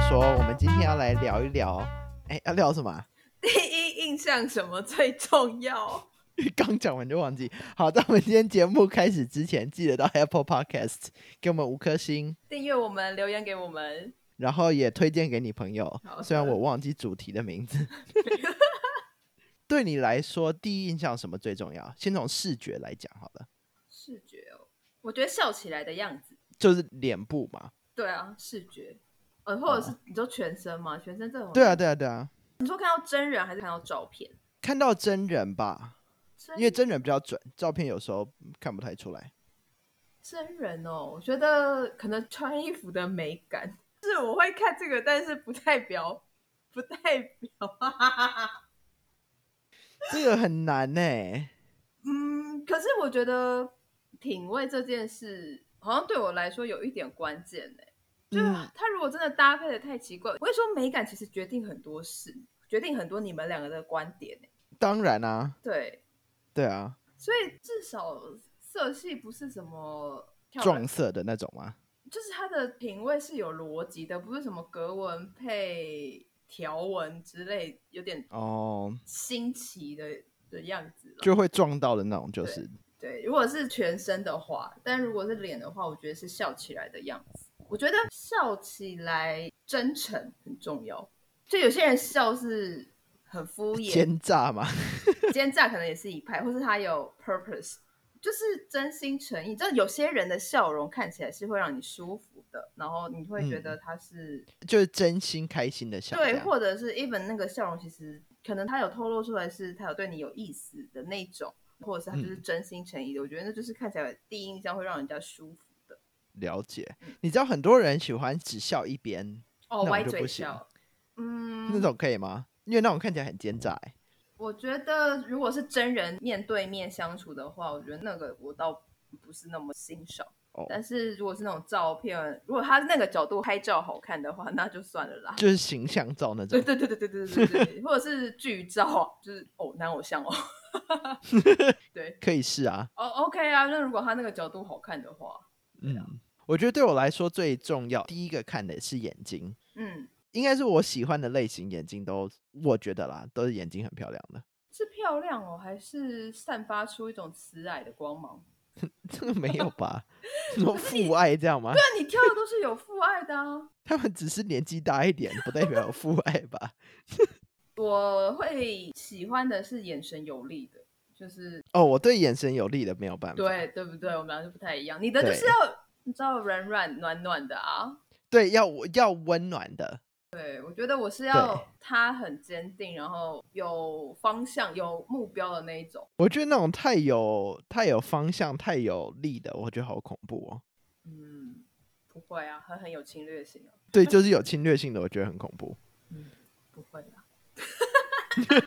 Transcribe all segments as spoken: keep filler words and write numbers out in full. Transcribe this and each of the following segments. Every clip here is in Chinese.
说我们今天要来聊一聊，哎，要聊什么啊？ 第一印象什么最重要？ 刚讲完就忘记。好，在我们今天节目开始之前，记得到 Apple Podcast 给我们五颗星， 订阅我们，留言给我们， 然后也推荐给你朋友。 好的虽然我忘记主题的名字。对你来说，第一印象什么最重要？先从视觉来讲好了。 视觉哦，我觉得笑起来的样子， 就是脸部嘛。 对啊，视觉，呃，或者是你说全身嘛，全身这种。 对啊，对啊，对啊。 你说看到真人还是看到照片？ 看到真人吧， 真因为真人比较准，照片有时候看不太出来。 真人哦，我觉得可能穿衣服的美感，是我会看这个，但是不代表，不代表， 这个很难呢、欸。 嗯，可是我觉得品味这件事，好像对我来说有一点关键呢、欸。就他如果真的搭配的太奇怪，我会说美感其实决定很多事，决定很多你们两个的观点、欸、 当然啊。 对， 对啊。 所以至少色系不是什么撞色的那种吗？ 就是他的品味是有逻辑的，不是什么格纹配条纹之类，有点哦新奇的、哦、的样子， 就会撞到的那种，就是对, 对。如果是全身的话，但如果是脸的话，我觉得是笑起来的样子。我觉得笑起来真诚很重要，就有些人笑是很敷衍、 奸诈嘛。 奸诈可能也是一派，或是他有 purpose。就是真心诚意，就有些人的笑容看起来是会让你舒服的，然后你会觉得他是、 嗯、就是真心开心的笑， 对，或者是 even 那个笑容其实可能他有透露出来是他有对你有意思的那种，或者是他就是真心诚意的、嗯、我觉得那就是看起来第一印象会让人家舒服的。 了解、嗯、你知道很多人喜欢只笑一边， 哦，歪嘴笑， 嗯，那种可以吗？因为那种看起来很奸诈、欸。 我觉得如果是真人面对面相处的话，我觉得那个我倒不是那么欣赏、哦、但是如果是那种照片，如果他那个角度拍照好看的话，那就算了啦， 就是形象照那种。 对对对对对对对对，或者是剧照，就是哦男偶像哦。对， 可以试啊。 哦、oh, OK 啊，那如果他那个角度好看的话，对啊、 嗯，我觉得对我来说最重要，第一个看的是眼睛。嗯，应该是我喜欢的类型，眼睛都我觉得啦，都是眼睛很漂亮的。 是漂亮哦，还是散发出一种慈爱的光芒？ 这个没有吧？说父爱这样吗？ 对啊，你挑的都是有父爱的啊。 他们只是年纪大一点，不代表有父爱吧？ 我会喜欢的是眼神有力的，就是哦，我对眼神有力的没有办法。 对，对不对？我们俩就不太一样。你的就是要你知道软软暖暖的啊。 对，要要温暖的。 对，我觉得我是要他很坚定，然后有方向、有目标的那一种。 我觉得那种太有太有方向、太有力的，我觉得好恐怖哦。 嗯，不会啊，他很有侵略性哦。 对，就是有侵略性的，我觉得很恐怖。 嗯，不会啦。不是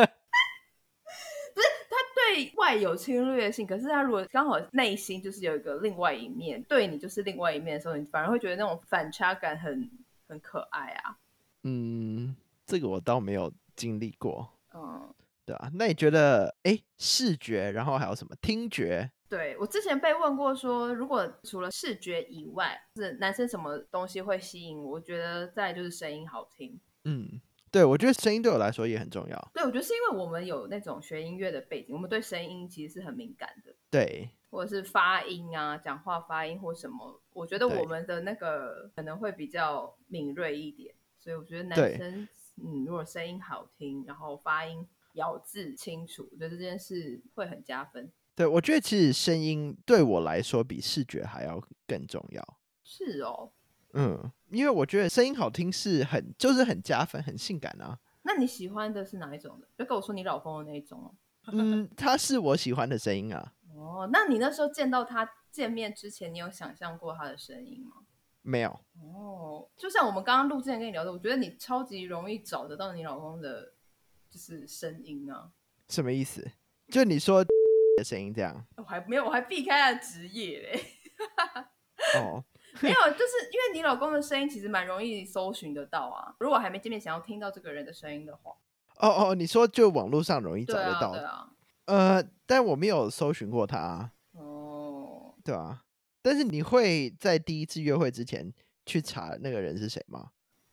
他对外有侵略性，可是他如果刚好内心就是有一个另外一面，对你就是另外一面的时候，你反而会觉得那种反差感很很可爱啊。 嗯，这个我倒没有经历过。 嗯， 对啊，那你觉得，哎，视觉，然后还有什么听觉？ 对，我之前被问过说，如果除了视觉以外，是男生什么东西会吸引我？我觉得再来就是声音好听。 嗯，对，我觉得声音对我来说也很重要。 对，我觉得是因为我们有那种学音乐的背景，我们对声音其实是很敏感的。 对， 或者是发音啊，讲话发音或什么，我觉得我们的那个可能会比较敏锐一点，所以我觉得男生嗯，如果声音好听，然后发音咬字清楚，我觉得这件事会很加分。 对，我觉得其实声音对我来说比视觉还要更重要。 是哦。 嗯，因为我觉得声音好听是很就是很加分，很性感啊。 那你喜欢的是哪一种的？就跟我说你老公的那一种哦。 嗯，他是我喜欢的声音啊。 哦，那你那时候见到他见面之前，你有想象过他的声音吗？ 没有。 哦，就像我们刚刚录之前跟你聊的，我觉得你超级容易找得到你老公的就是声音啊。 什么意思？就你说的声音这样？ 我还没有，我还避开他的职业嘞。 哦， 没有，就是因为你老公的声音其实蛮容易搜寻得到啊。如果还没见面，想要听到这个人的声音的话， 哦哦，你说就网络上容易找得到？ 对啊，对啊。 呃，但我没有搜寻过他啊。 哦， 对啊。但是你会在第一次约会之前去查那个人是谁吗？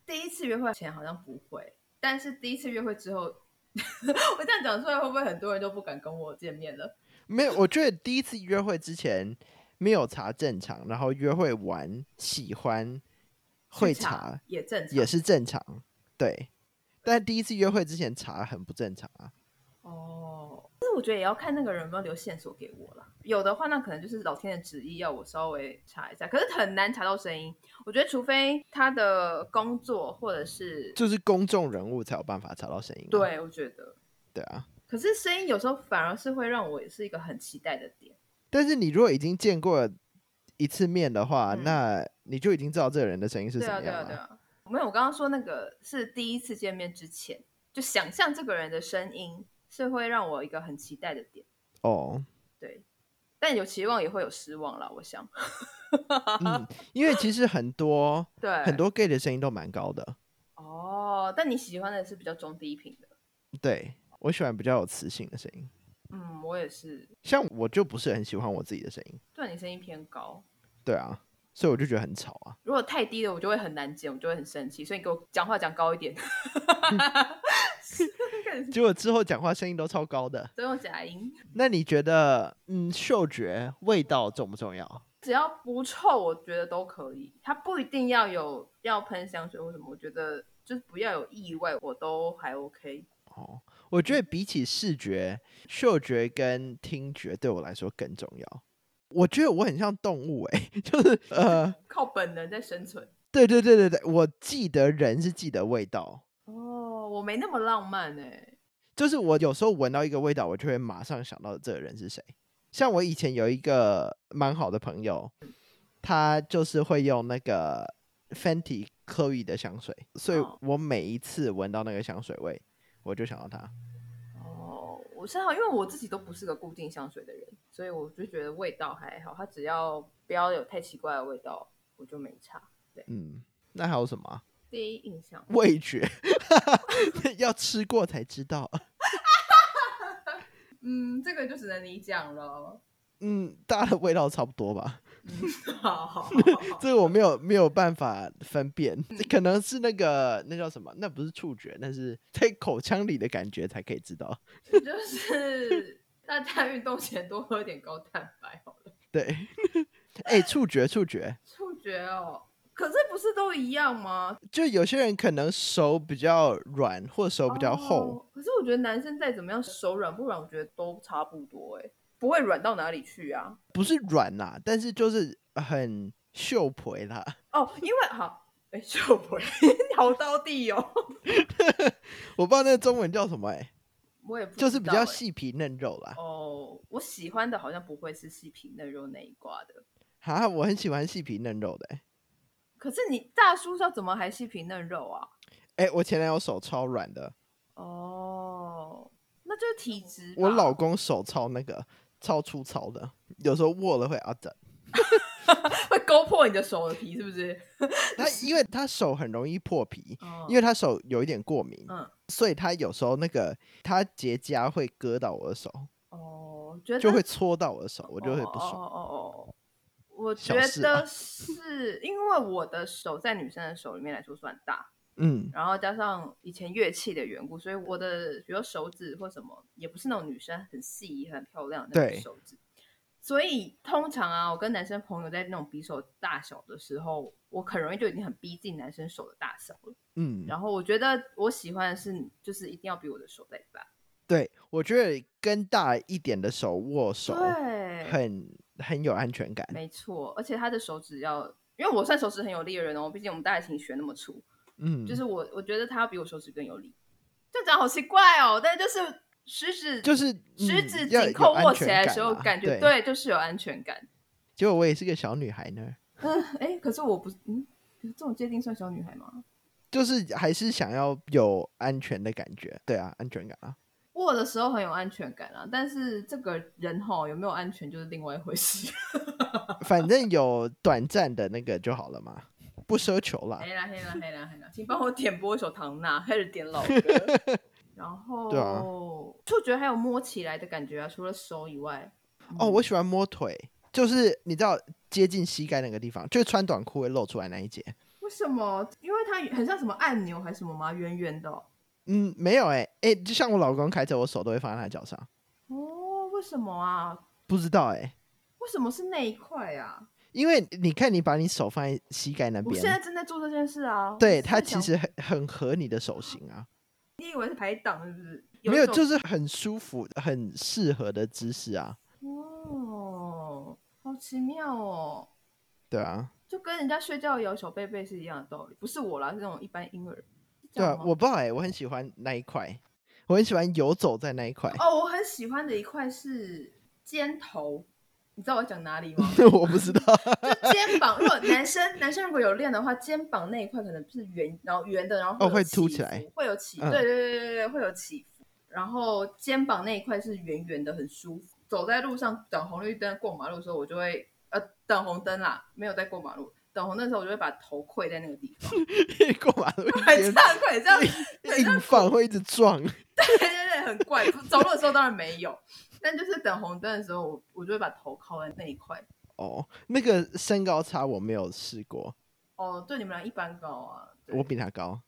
第一次约会前好像不会，但是第一次约会之后我这样讲出来会不会很多人都不敢跟我见面了？ 没有，我觉得第一次约会之前没有查正常，然后约会完喜欢会查也正常， 也是正常，对。但第一次约会之前查很不正常啊。 哦，但是我觉得也要看那个人有没有留线索给我啦。有的话，那可能就是老天的旨意，要我稍微查一下。可是很难查到声音，我觉得除非他的工作或者是就是公众人物才有办法查到声音、啊。 对，我觉得对啊。 可是声音有时候反而是会让我也是一个很期待的点。 但是你如果已经见过一次面的话、嗯、那你就已经知道这个人的声音是什么样了。 对啊对啊对啊。没有，我刚刚说那个是第一次见面之前就想象这个人的声音是会让我一个很期待的点。 哦， 对，但有期望也会有失望啦，我想。 嗯，因为其实很多对很多 gay 的声音都蛮高的。 哦，但你喜欢的是比较中低频的。 对，我喜欢比较有磁性的声音。 嗯，我也是。 像我就不是很喜欢我自己的声音。 对，你声音偏高。 对啊，所以我就觉得很吵啊。 如果太低了我就会很难剪，我就会很生气，所以你给我讲话讲高一点。 结果之后讲话声音都超高的， 都用假音。 那你觉得嗯，嗅觉味道重不重要？ 只要不臭我觉得都可以，它不一定要有要喷香水或什么，我觉得就是不要有异味我都还 OK。 哦，我觉得比起视觉，嗅觉跟听觉对我来说更重要。我觉得我很像动物哎、欸，就是呃， 靠本能在生存。 对对对对对，我记得人是记得味道。 哦，我没那么浪漫哎、欸。 就是我有时候闻到一个味道，我就会马上想到这个人是谁。像我以前有一个蛮好的朋友，他就是会用那个 Fenty Chloe 的香水，所以我每一次闻到那个香水味，我就想到他。 哦，我是好，因为我自己都不是个固定香水的人，所以我就觉得味道还好，它只要不要有太奇怪的味道，我就没差。对， 嗯，那还有什么？ 第一印象， 味觉，要吃过才知道。 嗯，这个就只能你讲了。 嗯，大家的味道差不多吧。 嗯，好好好， 这个我没有没有办法分辨，嗯、可能是那个那叫什么？那不是触觉，那是在口腔里的感觉才可以知道。 就是大家运动前多喝点高蛋白好了。 对，哎、欸，触觉触觉触觉哦。可是不是都一样吗？ 就有些人可能手比较软，或手比较厚。 哦、可是我觉得男生再怎么样，手软不软，我觉得都差不多哎，不会软到哪里去啊。 不是软啦，但是就是很秀皮啦。 哦，因为好，哎，秀皮，好道地哦。 我不知道那个中文叫什么哎、欸， 我也不知道、欸， 就是比较细皮嫩肉啦。 哦，我喜欢的好像不会是细皮嫩肉那一挂的。 哈，我很喜欢细皮嫩肉的哎、欸。 可是你大叔要怎么还细皮嫩肉啊？ 哎、欸，我前男友手超软的。 哦，那就是体质。 我老公手超那个超粗糙的，有时候握了会啊整， 会勾破你的手的皮是不是？ 他因为他手很容易破皮，哦、因为他手有一点过敏，嗯，所以他有时候那个他结痂会割到我的手，哦，觉得就会戳到我的手，我就会不爽。哦哦哦。 我觉得是因为我的手在女生的手里面来说算大，嗯，然后加上以前乐器的缘故，所以我的比如手指或什么也不是那种女生很细很漂亮的那种手指，所以通常啊，我跟男生朋友在那种比手大小的时候，我很容易就已经很逼近男生手的大小了，嗯，然后我觉得我喜欢的是就是一定要比我的手再大。 对，我觉得跟大一点的手握手很很有安全感。 没错，而且他的手指要，因为我算手指很有力的人哦，毕竟我们大提琴学那么粗，嗯，就是我我觉得他比我手指更有力。这讲好奇怪哦，但是就是食指就是食指紧扣握起来的时候，感觉 对, 对，就是有安全感。 结果我也是个小女孩呢。 嗯，哎，可是我不，嗯，这种界定算小女孩吗？ 就是还是想要有安全的感觉，对啊，安全感啊。 握的时候很有安全感啊，但是这个人齁有没有安全就是另外一回事。 反正有短暂的那个就好了嘛，不奢求啦。 黑啦黑啦黑啦黑啦，请帮我点播一首唐娜，开始点老歌。然后，对啊，触觉还有摸起来的感觉啊，除了手以外。 哦，我喜欢摸腿，就是你知道接近膝盖那个地方，就是穿短裤会露出来那一节。 为为什么？因为它很像什么按钮还是什么吗？圆圆的、哦。 嗯，没有哎、欸、哎、欸，就像我老公开车，我手都会放在他脚上。 哦，为什么啊？ 不知道哎、欸， 为什么是那一块啊？ 因为你看，你把你手放在膝盖那边， 我现在正在做这件事啊。 对，它其实很很合你的手型啊。 你以为是排档是不是？ 有没有，就是很舒服、很适合的姿势啊。 哦，好奇妙哦。 对啊， 就跟人家睡觉摇小贝贝是一样的道理，不是我啦，是那种一般婴儿。 对啊，我不知道哎、欸，我很喜欢那一块，我很喜欢游走在那一块。 哦，我很喜欢的一块是肩头，你知道我讲哪里吗？ 我不知道， 就肩膀。如果男生男生如果有练的话，肩膀那一块可能是圆，然后圆的，然后哦会凸起来， 会有起， 嗯、 对对对对对，会有起伏。然后肩膀那一块是圆圆的，很舒服。走在路上等红绿灯过马路的时候，我就会呃等红灯啦，没有在过马路。等红灯的时候，我就会把头跪在那个地方。 过马路很这样跪，这样硬放会一直撞。 对对对，很怪。走路的时候当然没有，但就是等红灯的时候，我我就会把头靠在那一块。 哦，那个身高差我没有试过。 哦，对，你们俩一般高啊。 我比他高。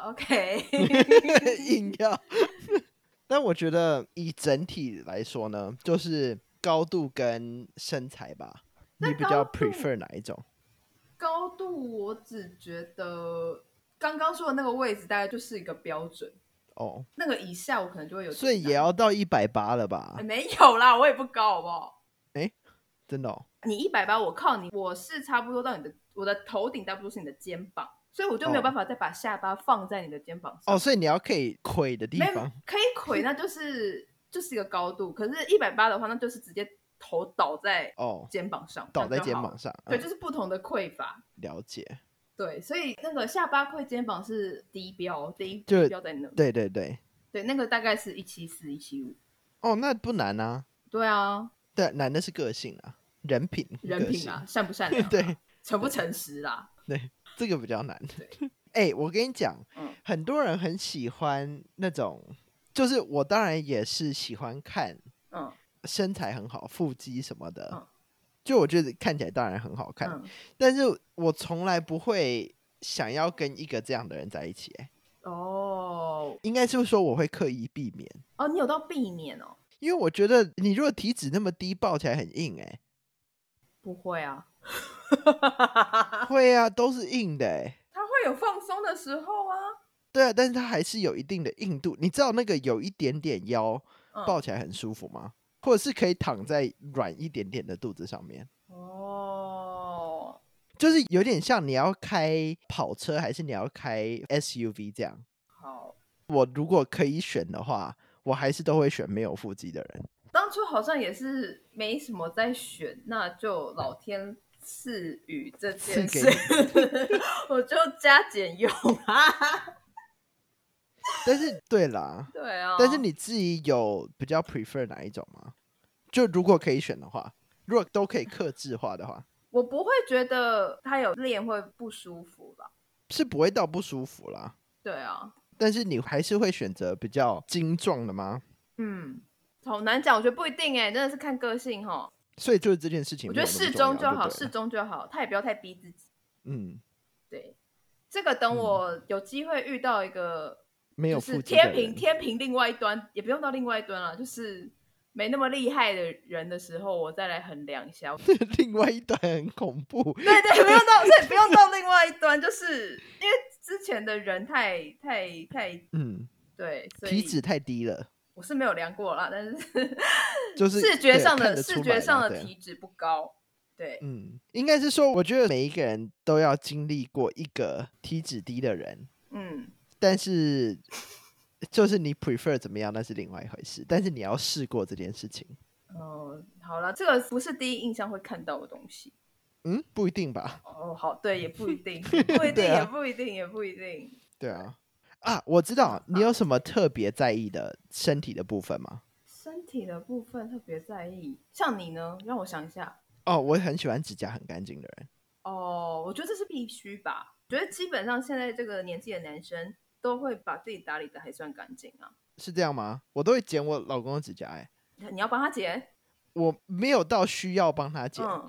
OK 硬要。但我觉得以整体来说呢，就是高度跟身材吧，你比较 prefer 哪一种？ 高度我只觉得刚刚说的那个位置大概就是一个标准哦，那个以下我可能就会有， 所以也要到一百八了吧？ 欸？没有啦，我也不高，好不好？ 哎、欸，真的哦。 你一百八，我靠你，我是差不多到你的，我的头顶差不多是你的肩膀，所以我就没有办法再把下巴放在你的肩膀上。 哦，所以你要可以跪的地方， 可以跪，那就是就是一个高度。可是一百八的话，那就是直接头倒在肩膀上，哦、 倒在肩膀上， 对，嗯、就是不同的跪法。 了解。 对，所以那个下巴跪肩膀是低标，低低标在那。 对对对对，那个大概是一七四、一七五。 哦，那不难啊。 对啊， 对，难的是个性啊，人品， 人品啊，善不善良、啊， 对， 诚不诚实啦。 对，这个比较难。哎、欸，我跟你讲、嗯，很多人很喜欢那种，就是我当然也是喜欢看，嗯，身材很好、腹肌什么的。嗯，就我觉得看起来当然很好看，嗯、但是我从来不会想要跟一个这样的人在一起、欸。哦，应该是说我会刻意避免。 哦，你有到避免哦？ 因为我觉得你如果体脂那么低，抱起来很硬哎、欸。 不会啊， 会啊，都是硬的哎、欸。 它会有放松的时候啊。 对啊，但是它还是有一定的硬度。你知道那个有一点点腰抱起来很舒服吗？嗯、或者是可以躺在软一点点的肚子上面。哦，就是有点像你要开跑车还是你要开 S U V 这样。好，我如果可以选的话，我还是都会选没有腹肌的人。 当初好像也是没什么在选，那就老天赐予这件事，我就加减用啊。 但是对啦， 对啊， 但是你自己有比较 prefer 哪一种吗？就如果可以选的话，如果都可以客制化的话， 我不会觉得他有练会不舒服吧？ 是不会到不舒服啦。 对啊， 但是你还是会选择比较精壮的吗？ 嗯，好难讲，我觉得不一定哎、欸，真的是看个性齁。 所以就是这件事情， 我觉得适中就好，适中就好，他也不要太逼自己。嗯，对，这个等我有机会遇到一个。 没有就是天平，天平另外一端也不用到另外一端了，就是没那么厉害的人的时候，我再来衡量一下。 另外一端很恐怖。 对对，不用到，所以不用到另外一端，就是因为之前的人太太太，嗯，对， 体脂太低了。 我是没有量过啦，但是就是视觉上的视觉上的体脂不高。对， 嗯，应该是说，我觉得每一个人都要经历过一个体脂低的人。嗯。但是，就是你 prefer 怎么样，那是另外一回事。但是你要试过这件事情。 哦，好了，这个不是第一印象会看到的东西。 嗯，不一定吧？ 哦，好，对，也不一定，不一定，啊、也不一定，也不一定。 对啊，啊，我知道，你有什么特别在意的身体的部分吗？ 身体的部分特别在意，像你呢？让我想一下。 哦，我很喜欢指甲很干净的人。 哦，我觉得这是必须吧。我觉得基本上现在这个年纪的男生。都会把自己打理的还算干净啊。 是这样吗？我都会剪我老公的指甲。哎、 欸，你要帮他剪？ 我没有到需要帮他剪、嗯、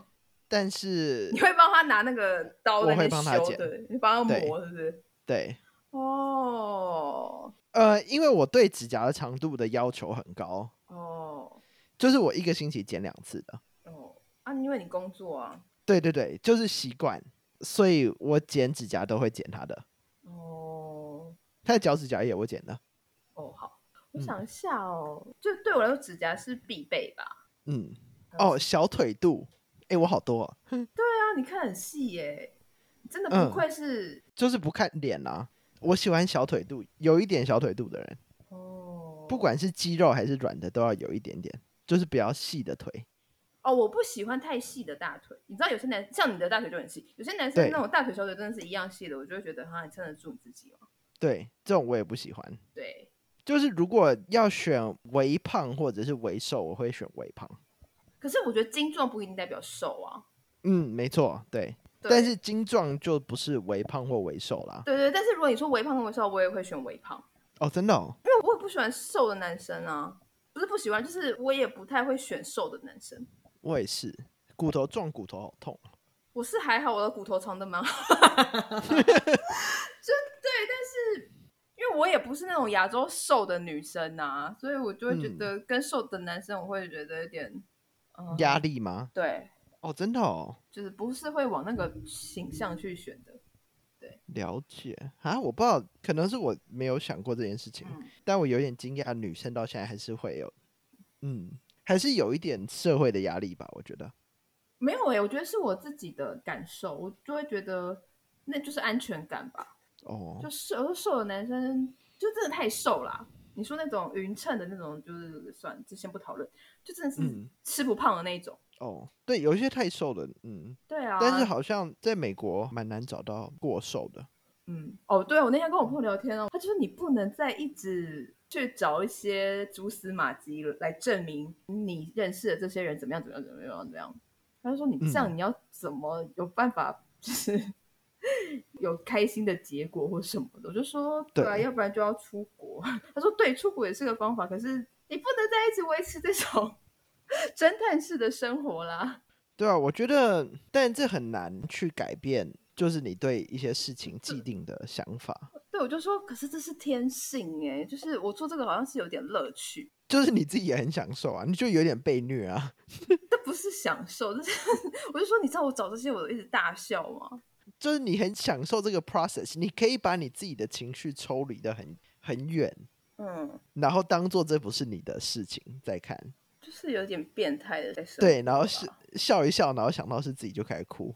但是你会帮他拿那个刀在那边修， 我会帮他剪， 对，你帮他磨是不是？ 对， 哦， 呃，因为我对指甲的长度的要求很高， 哦， 就是我一个星期剪两次的。 哦，啊，因为你工作啊。 对对对，就是习惯，所以我剪指甲都会剪他的。 哦， 他的脚指甲也我剪的。 哦，好，我想一下哦，嗯、就对我来说，指甲是必备吧。 嗯，哦，小腿肚，哎、欸，我好多、哦。 对啊，你看很细耶，真的不愧是、 嗯，就是不看脸啊。我喜欢小腿肚，有一点小腿肚的人。 哦， 不管是肌肉还是软的，都要有一点点，就是比较细的腿。 哦，我不喜欢太细的大腿。你知道有些男像你的大腿就很细，有些男生那种大腿小腿真的是一样细的，我就会觉得哈，你撑得住你自己吗？ 对，这种我也不喜欢。 对， 就是如果要选微胖或者是微瘦，我会选微胖。 可是我觉得精壮不一定代表瘦啊。 嗯，没错，对。对，但是精壮就不是微胖或微瘦啦。 对对，但是如果你说微胖跟微瘦，我也会选微胖。 哦，真的哦？ 因为我也不喜欢瘦的男生啊，不是不喜欢，就是我也不太会选瘦的男生。 我也是，骨头撞骨头好痛。 我是还好，我的骨头长得蛮好，就对，但是因为我也不是那种亚洲瘦的女生啊，所以我就会觉得跟瘦的男生，我会觉得有点压、嗯、力吗？ 对， 哦，真的哦， 就是不是会往那个形象去选的。对， 了解啊，我不知道，可能是我没有想过这件事情，嗯、但我有点惊讶，女生到现在还是会有，嗯，还是有一点社会的压力吧，我觉得。 没有哎、欸，我觉得是我自己的感受，我就会觉得那就是安全感吧。哦，就瘦瘦的男生就真的太瘦啦。你说那种匀称的那种，就是算这先不讨论，就真的是吃不胖的那一种。 嗯、哦，对，有一些太瘦的，嗯， 对啊。 但是好像在美国蛮难找到过瘦的。 嗯，哦，对，我那天跟我朋友聊天哦，他就说你不能再一直去找一些蛛丝马迹来证明你认识的这些人怎么样怎么样怎么样怎么样。他就说你这样你要怎么有办法就是有开心的结果或什么的？我就说对啊，要不然就要出国。他说对，出国也是个方法，可是你不能再一直维持这种侦探式的生活啦。 对啊，我觉得，但这很难去改变，就是你对一些事情既定的想法。 对，我就说，可是这是天性哎，就是我做这个好像是有点乐趣， 就是你自己也很享受啊，你就有点被虐啊。 这不是享受，就是我就说，你知道我找这些我都一直大笑吗？ 就是你很享受这个 process， 你可以把你自己的情绪抽离得很很远，嗯，然后当做这不是你的事情再看， 就是有点变态的在生活。 对，然后是笑一笑，然后想到是自己就开始哭。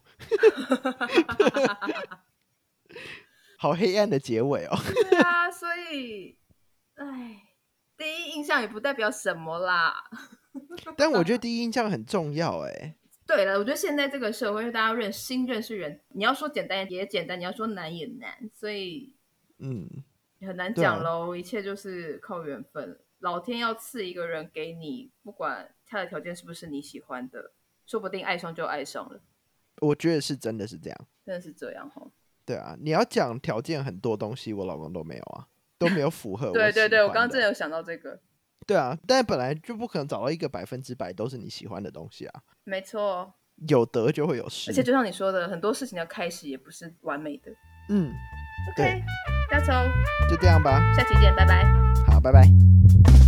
好黑暗的结尾哦。 对啊，所以，哎，第一印象也不代表什么啦。 但我觉得第一印象很重要哎。 对了，我觉得现在这个社会，大家认新认识人，你要说简单也简单，你要说难也难，所以，嗯，很难讲喽。啊、一切就是靠缘分，老天要赐一个人给你，不管他的条件是不是你喜欢的，说不定爱上就爱上了。 我觉得是真的是这样， 真的是这样哈。 对啊，你要讲条件很多东西，我老公都没有啊，都没有符合我。 对对对，我刚刚真的有想到这个。 对啊，但本来就不可能找到一个百分之百都是你喜欢的东西啊。 没错， 有得就会有失， 而且就像你说的，很多事情的开始也不是完美的。 嗯 ，OK， that's all， 就这样吧， 下期见，拜拜。 好，拜拜。